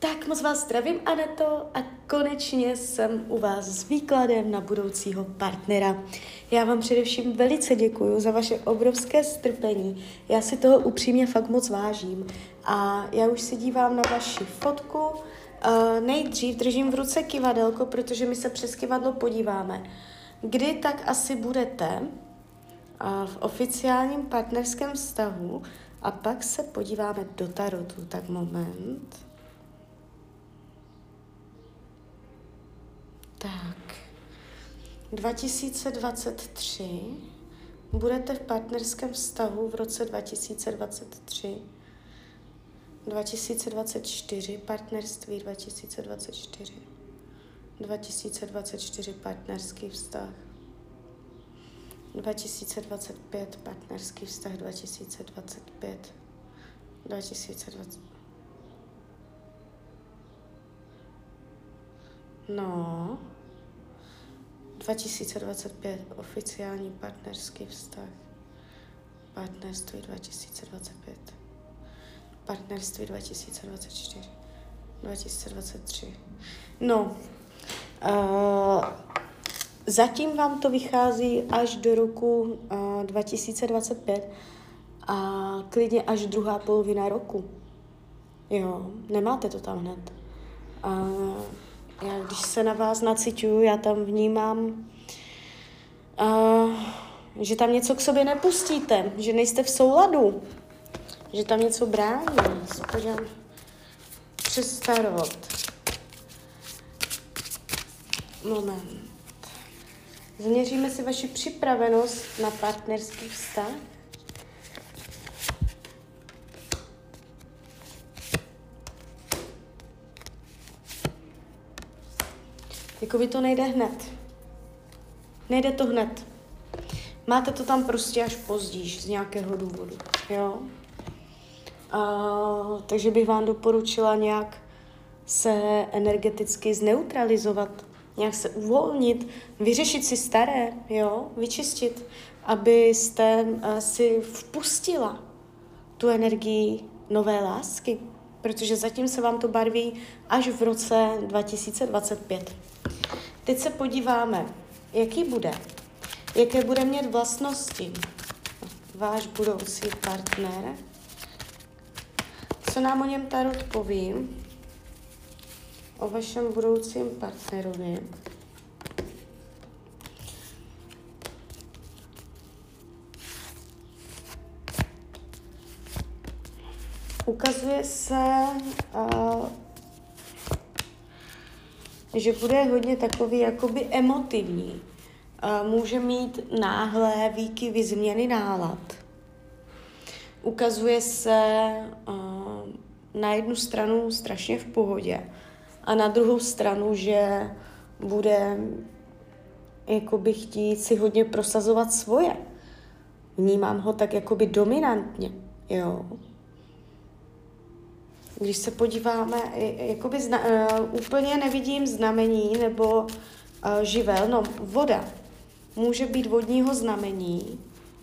Tak moc vás zdravím, Aneto, a konečně jsem u vás s výkladem na budoucího partnera. Já vám především velice děkuju za vaše obrovské strpení. Já si toho upřímně fakt moc vážím. A já už se dívám na vaši fotku. Nejdřív držím v ruce kivadelko, protože my se přes kivadlo podíváme. Kdy tak asi budete v oficiálním partnerském vztahu a pak se podíváme do tarotu. Tak moment. Tak, 2023, budete v partnerském vztahu v roce 2023, 2024, partnerství 2024, 2024, partnerský vztah, 2025, partnerský vztah, 2025, 2020. No, 2025 oficiální partnerský vztah, partnerství 2025, partnerství 2024, 2023. No, zatím vám to vychází až do roku 2025 a klidně až druhá polovina roku. Jo, nemáte to tam hned. Já, když se na vás naciťuju, já tam vnímám, že tam něco k sobě nepustíte, že nejste v souladu, že tam něco brání. Podívám přes tarot. Moment. Změříme si vaši připravenost na partnerský vztah. Jakoby to nejde hned. Nejde to hned. Máte to tam prostě až pozdíž z nějakého důvodu, jo? Takže bych vám doporučila nějak se energeticky zneutralizovat, nějak se uvolnit, vyřešit si staré, jo? Vyčistit, abyste si vpustila tu energii nové lásky, protože zatím se vám to barví až v roce 2025. Teď se podíváme, jaký bude, jaké bude mít vlastnosti váš budoucí partner, co nám o něm tarot poví, o vašem budoucím partnerovi. Ukazuje se, že bude hodně takový jakoby emotivní. Může mít náhlé výkyvy změny nálad. Ukazuje se na jednu stranu strašně v pohodě a na druhou stranu, že bude jakoby chtít si hodně prosazovat svoje. Vnímám ho tak jakoby dominantně, jo. Když se podíváme, jakoby úplně nevidím znamení nebo živel, no voda. Může být vodního znamení,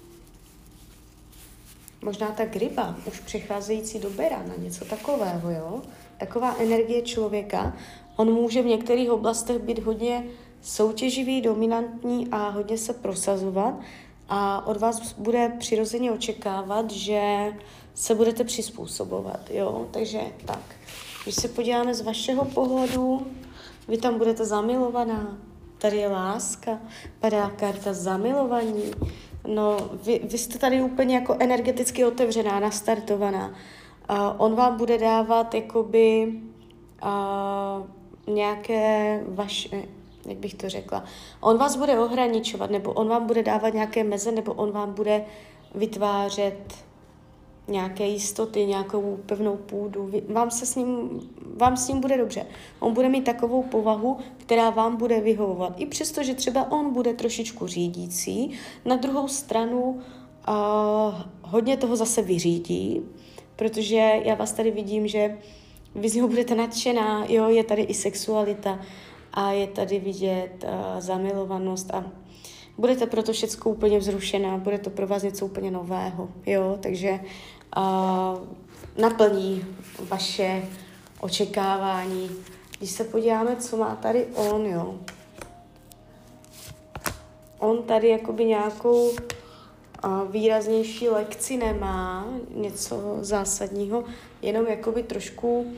možná tak ryba, už přecházející do berana, něco takového, jo. Taková energie člověka, on může v některých oblastech být hodně soutěživý, dominantní a hodně se prosazovat a od vás bude přirozeně očekávat, že se budete přizpůsobovat, jo, takže tak. Když se podíváme z vašeho pohledu, vy tam budete zamilovaná, tady je láska, padá karta zamilovaní, no vy jste tady úplně jako energeticky otevřená, nastartovaná. On vám bude dávat jakoby nějaké vaše, jak bych to řekla, on vás bude ohraničovat, nebo on vám bude dávat nějaké meze, nebo on vám bude vytvářet nějaké jistoty, nějakou pevnou půdu. Vám s ním bude dobře. On bude mít takovou povahu, která vám bude vyhovovat. I přesto, že třeba on bude trošičku řídící, na druhou stranu hodně toho zase vyřídí, protože já vás tady vidím, že vy z něho budete nadšená, jo, je tady i sexualita a je tady vidět zamilovanost a budete proto všecko úplně vzrušená, bude to pro vás něco úplně nového, jo, takže naplní vaše očekávání. Když se podíváme, co má tady on, jo. On tady jakoby nějakou výraznější lekci nemá, něco zásadního, jenom jakoby trošku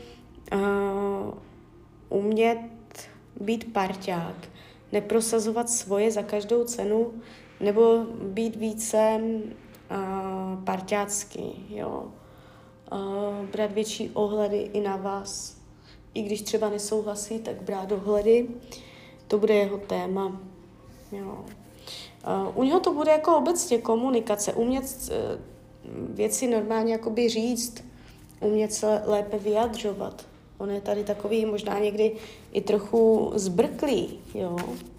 umět být parťák, neprosazovat svoje za každou cenu, nebo být více parťácký, jo. Brát větší ohledy i na vás. I když třeba nesouhlasí, tak brát ohledy, to bude jeho téma, jo. U něho to bude jako obecně komunikace, umět věci normálně jakoby říct, umět se lépe vyjadřovat. On je tady takový možná někdy i trochu zbrklý, jo.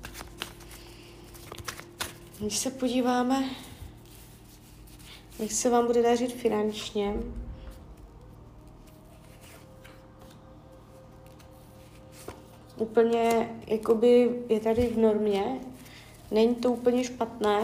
Když se podíváme, jak se vám bude dařit finančně, úplně jakoby je tady v normě, není to úplně špatné,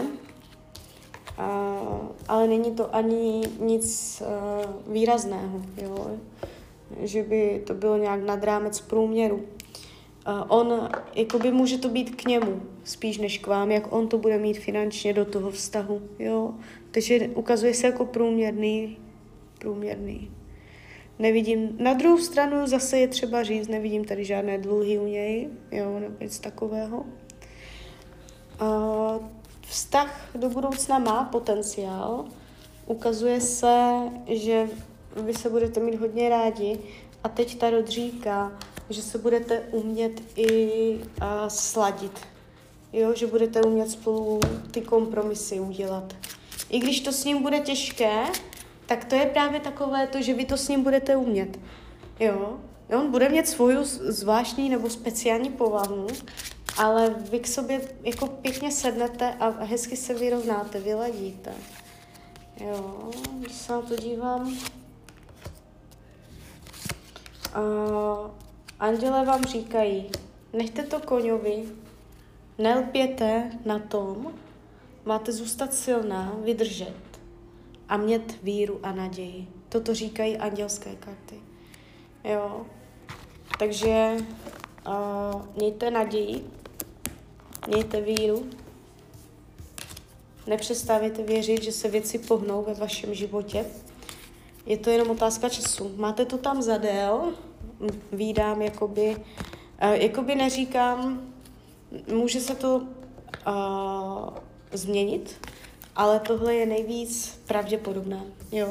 ale není to ani nic výrazného, jo? Že by to bylo nějak nad rámec průměru. On, jakoby může to být k němu, spíš než k vám, jak on to bude mít finančně do toho vztahu, jo? Takže ukazuje se jako průměrný. Nevidím, na druhou stranu zase je třeba říct, nevidím tady žádné dluhy u něj, jo, nebo nic takového. Vztah do budoucna má potenciál. Ukazuje se, že vy se budete mít hodně rádi a teď Tarot říká, že se budete umět i sladit. Jo, že budete umět spolu ty kompromisy udělat. I když to s ním bude těžké, tak to je právě takové to, že vy to s ním budete umět. Jo, on bude mít svou zvláštní nebo speciální povahu, ale vy k sobě jako pěkně sednete a hezky se vyrovnáte, vyladíte. Jo, když se na to dívám. Andělé vám říkají, nechte to koňovi, nelpěte na tom, máte zůstat silná, vydržet a mít víru a naději. Toto říkají andělské karty. Jo, takže mějte naději, mějte víru, nepřestávajte věřit, že se věci pohnou ve vašem životě. Je to jenom otázka času. Máte to tam zadél, vídám, jakoby neříkám, může se to změnit, ale tohle je nejvíc pravděpodobné, jo.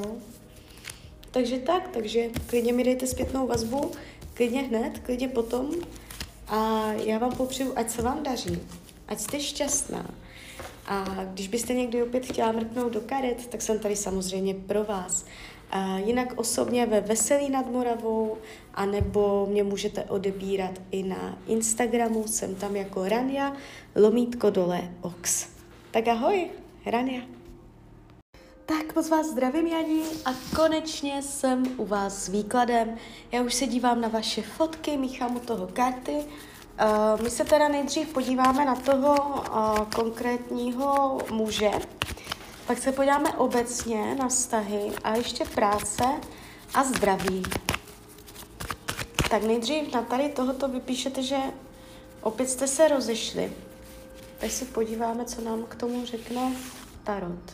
Takže klidně mi dejte zpětnou vazbu, klidně hned, klidně potom a já vám popřeju, ať se vám daří, ať jste šťastná. A když byste někdy opět chtěla mrknout do karet, tak jsem tady samozřejmě pro vás. A jinak osobně ve Veselí nad Moravou, anebo mě můžete odebírat i na Instagramu, jsem tam jako Rania_Ox. Tak ahoj, Rania. Tak moc vás zdravím, Janí, a konečně jsem u vás s výkladem. Já už se dívám na vaše fotky, míchám u toho karty. My se teda nejdřív podíváme na toho konkrétního muže, pak se podíváme obecně na vztahy a ještě práce a zdraví. Tak nejdřív na tady tohoto vypíšete, že opět jste se rozešli. Tak se podíváme, co nám k tomu řekne Tarot.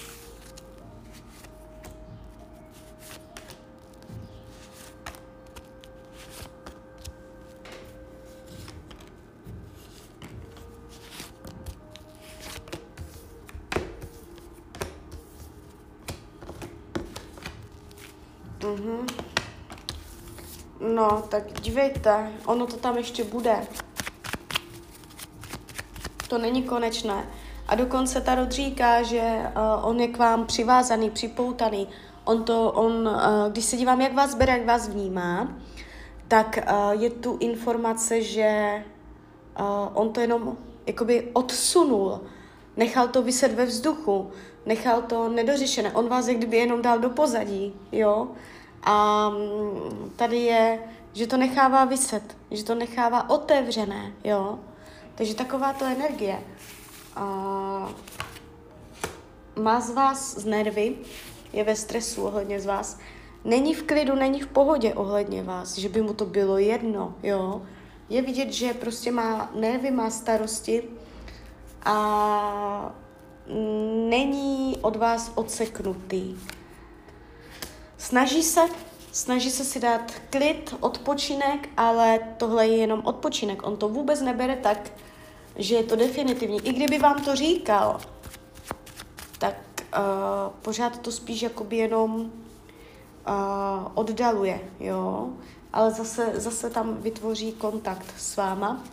No, tak dívejte, ono to tam ještě bude. To není konečné. A dokonce Tarot říká, že on je k vám přivázaný, připoutaný. Když se dívám, jak vás bere, jak vás vnímá, tak je tu informace, že on to jenom jakoby odsunul. Nechal to viset ve vzduchu, nechal to nedořešené. On vás jak kdyby jenom dal do pozadí, jo. A tady je, že to nechává viset, že to nechává otevřené, jo. Takže taková to energie. Má z vás z nervy, je ve stresu ohledně z vás. není v klidu, není v pohodě ohledně vás, že by mu to bylo jedno, jo. Je vidět, že prostě má nervy, má starosti a není od vás odseknutý. Snaží se si dát klid, odpočinek, ale tohle je jenom odpočinek. On to vůbec nebere tak, že je to definitivní. I kdyby vám to říkal, tak pořád to spíš jakoby jenom oddaluje, jo. Ale zase tam vytvoří kontakt s váma.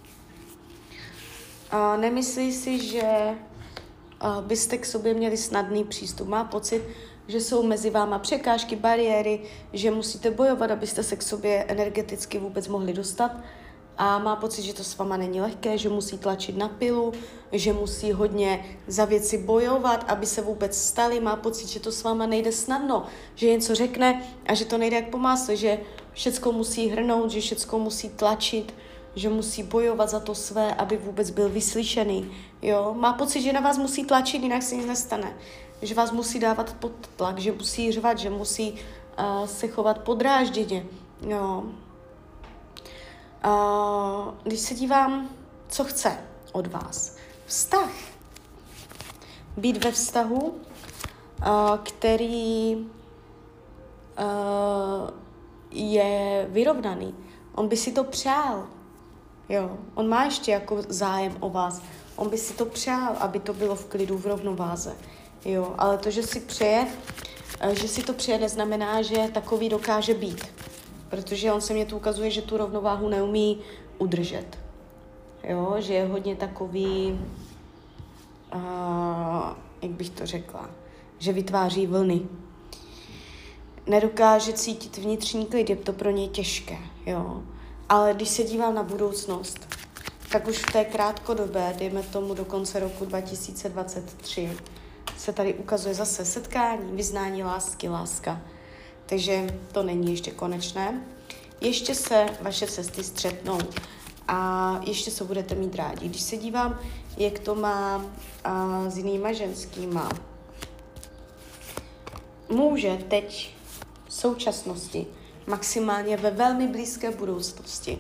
Nemyslí si, že byste k sobě měli snadný přístup. Má pocit, že jsou mezi váma překážky, bariéry, že musíte bojovat, abyste se k sobě energeticky vůbec mohli dostat. A má pocit, že to s váma není lehké, že musí tlačit na pilu, že musí hodně za věci bojovat, aby se vůbec staly. Má pocit, že to s váma nejde snadno, že něco řekne a že to nejde jak po másle, že všecko musí hrnout, že všecko musí tlačit, že musí bojovat za to své, aby vůbec byl vyslyšený. Jo? Má pocit, že na vás musí tlačit, jinak se nic nestane. Že vás musí dávat pod tlak, že musí řvat, že musí se chovat podrážděně. Jo? Když se dívám, co chce od vás. Vztah. Být ve vztahu, který je vyrovnaný. On by si to přál. Jo. On má ještě jako zájem o vás. On by si to přál, aby to bylo v klidu, v rovnováze. Jo. Ale to, že si to přeje, neznamená, že takový dokáže být. Protože on se mě tu ukazuje, že tu rovnováhu neumí udržet. Jo, že je hodně takový, jak bych to řekla, že vytváří vlny. Nedokáže cítit vnitřní klid, je to pro něj těžké. Jo. Ale když se dívám na budoucnost, tak už v té krátkodobé, dejme tomu do konce roku 2023, se tady ukazuje zase setkání, vyznání lásky, láska. Takže to není ještě konečné. Ještě se vaše cesty střetnou a ještě se budete mít rádi. Když se dívám, jak to má s jinýma ženskýma, může teď v současnosti, maximálně ve velmi blízké budoucnosti,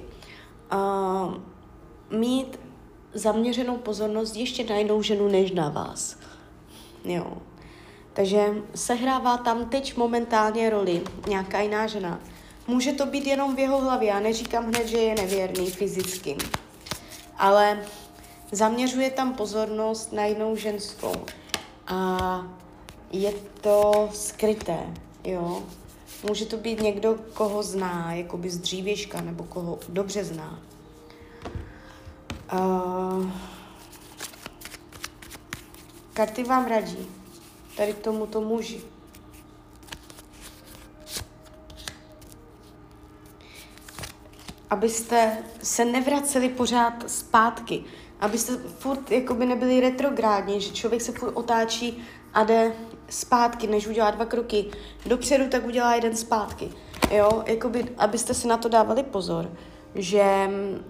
mít zaměřenou pozornost ještě na jinou ženu než na vás. Jo. Takže sehrává tam teď momentálně roli nějaká jiná žena. Může to být jenom v jeho hlavě, já neříkám hned, že je nevěrný fyzicky, ale zaměřuje tam pozornost na jinou ženskou a je to skryté, jo. Může to být někdo, koho zná, jakoby z dřívějška, nebo koho dobře zná. Karty vám radí tady k tomuto muži. Abyste se nevraceli pořád zpátky. Abyste furt jakoby nebyli retrográdní, že člověk se furt otáčí a jde zpátky, než udělá 2 kroky dopředu, tak udělá 1 zpátky. Jo, jakoby, abyste si na to dávali pozor, že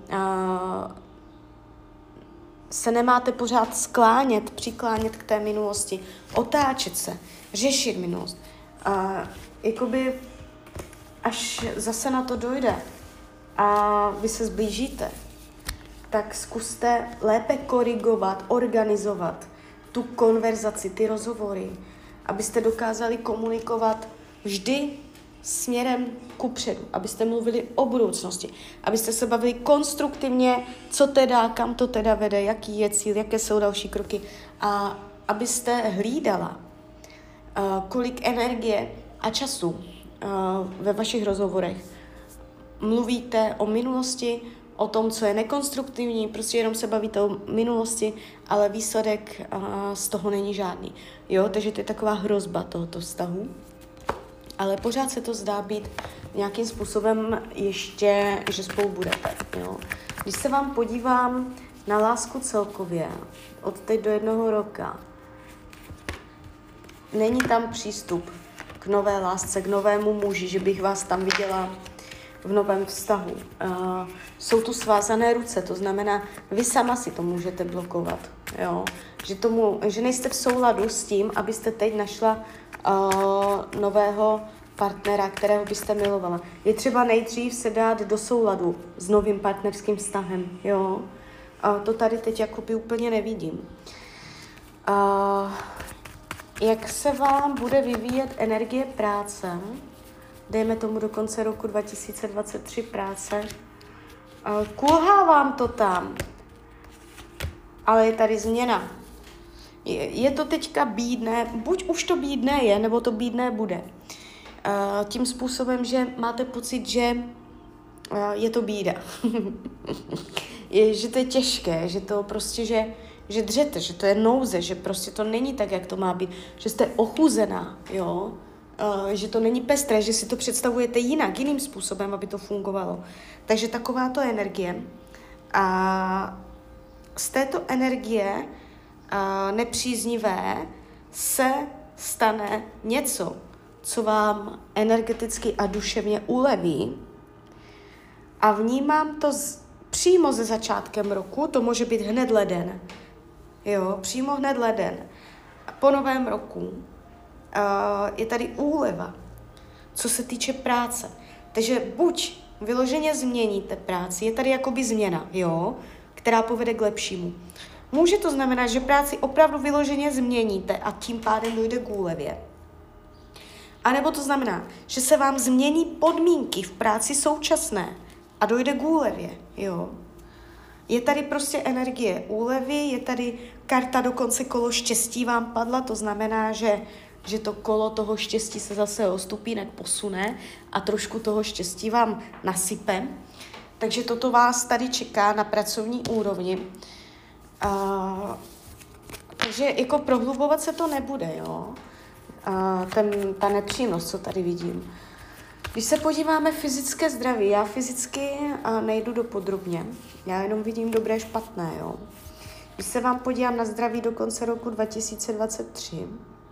se nemáte pořád přiklánět k té minulosti, otáčet se, řešit minulost. Jakoby až zase na to dojde a vy se zblížíte, tak zkuste lépe korigovat, organizovat tu konverzaci, ty rozhovory, abyste dokázali komunikovat vždy směrem kupředu, abyste mluvili o budoucnosti, abyste se bavili konstruktivně, co teda, kam to teda vede, jaký je cíl, jaké jsou další kroky a abyste hlídala, kolik energie a času ve vašich rozhovorech mluvíte o minulosti, o tom, co je nekonstruktivní, prostě jenom se bavíte o minulosti, ale výsledek z toho není žádný. Jo, takže to je taková hrozba tohoto vztahu. Ale pořád se to zdá být nějakým způsobem ještě, že spolu budete. Jo. Když se vám podívám na lásku celkově, od teď do 1 roka, není tam přístup k nové lásce, k novému muži, že bych vás tam viděla v novém vztahu. Jsou tu svázané ruce, to znamená, vy sama si to můžete blokovat. Jo. Že nejste v souladu s tím, abyste teď našla nového partnera, kterého byste milovala. Je třeba nejdřív se dát do souladu s novým partnerským vztahem, jo. A to tady teď jakoby úplně nevidím. Jak se vám bude vyvíjet energie práce, dejme tomu do konce roku 2023 práce, kulhá vám to tam, ale je tady změna. Je to teďka bídné, buď už to bídné je, nebo to bídné bude. Tím způsobem, že máte pocit, že je to bída. Že to je těžké, že to prostě, že dřete, že to je nouze, že prostě to není tak, jak to má být, že jste ochuzená, jo, že to není pestré, že si to představujete jinak, jiným způsobem, aby to fungovalo. Takže takováto energie. A z této energie nepříznivé se stane něco, co vám energeticky a duševně uleví. A vnímám to přímo ze začátkem roku, to může být hned leden. Jo, přímo hned leden. Po novém roku je tady úleva, co se týče práce. Takže buď vyloženě změníte práci, je tady jakoby změna, jo, která povede k lepšímu. Může to znamenat, že práci opravdu vyloženě změníte a tím pádem dojde k úlevě. A nebo to znamená, že se vám změní podmínky v práci současné a dojde k úlevě, jo. Je tady prostě energie úlevy, je tady karta dokonce kolo štěstí vám padla, to znamená, že to kolo toho štěstí se zase o stupínek posune a trošku toho štěstí vám nasype. Takže toto vás tady čeká na pracovní úrovni. Takže jako prohlubovat se to nebude, jo. Ta nepřínos, co tady vidím. Když se podíváme fyzické zdraví, já fyzicky nejdu do podrobně, já jenom vidím dobré, špatné, jo. Když se vám podívám na zdraví do konce roku 2023,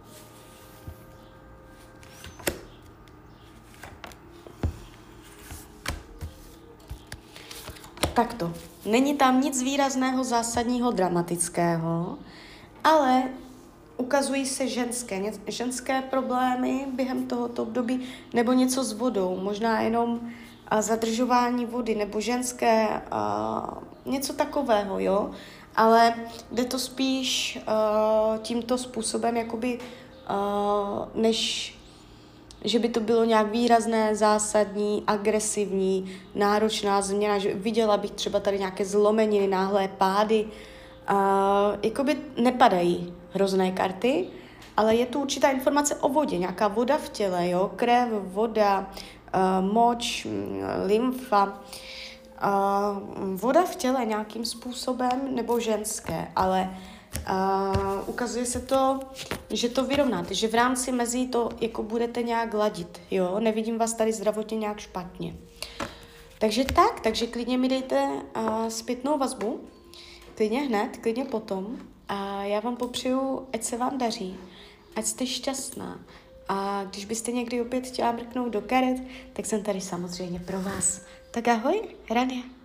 takto. Není tam nic výrazného, zásadního, dramatického, ale ukazují se ženské problémy během tohoto období, nebo něco s vodou, možná jenom zadržování vody, nebo ženské, něco takového, jo. Ale jde to spíš tímto způsobem, jakoby, než že by to bylo nějak výrazné, zásadní, agresivní, náročná změna, že viděla bych třeba tady nějaké zlomeniny, náhlé pády. Jakoby nepadají hrozné karty, ale je tu určitá informace o vodě, nějaká voda v těle, jo, krev, voda, moč, lymfa, voda v těle nějakým způsobem, nebo ženské, ale ukazuje se to, že to vyrovnáte, že v rámci mezí to jako budete nějak ladit, jo, nevidím vás tady zdravotně nějak špatně. Takže klidně mi dejte zpětnou vazbu, klidně hned, klidně potom a já vám popřeju, ať se vám daří, ať jste šťastná a když byste někdy opět chtěla mrknout do karet, tak jsem tady samozřejmě pro vás. Tak ahoj, Rania.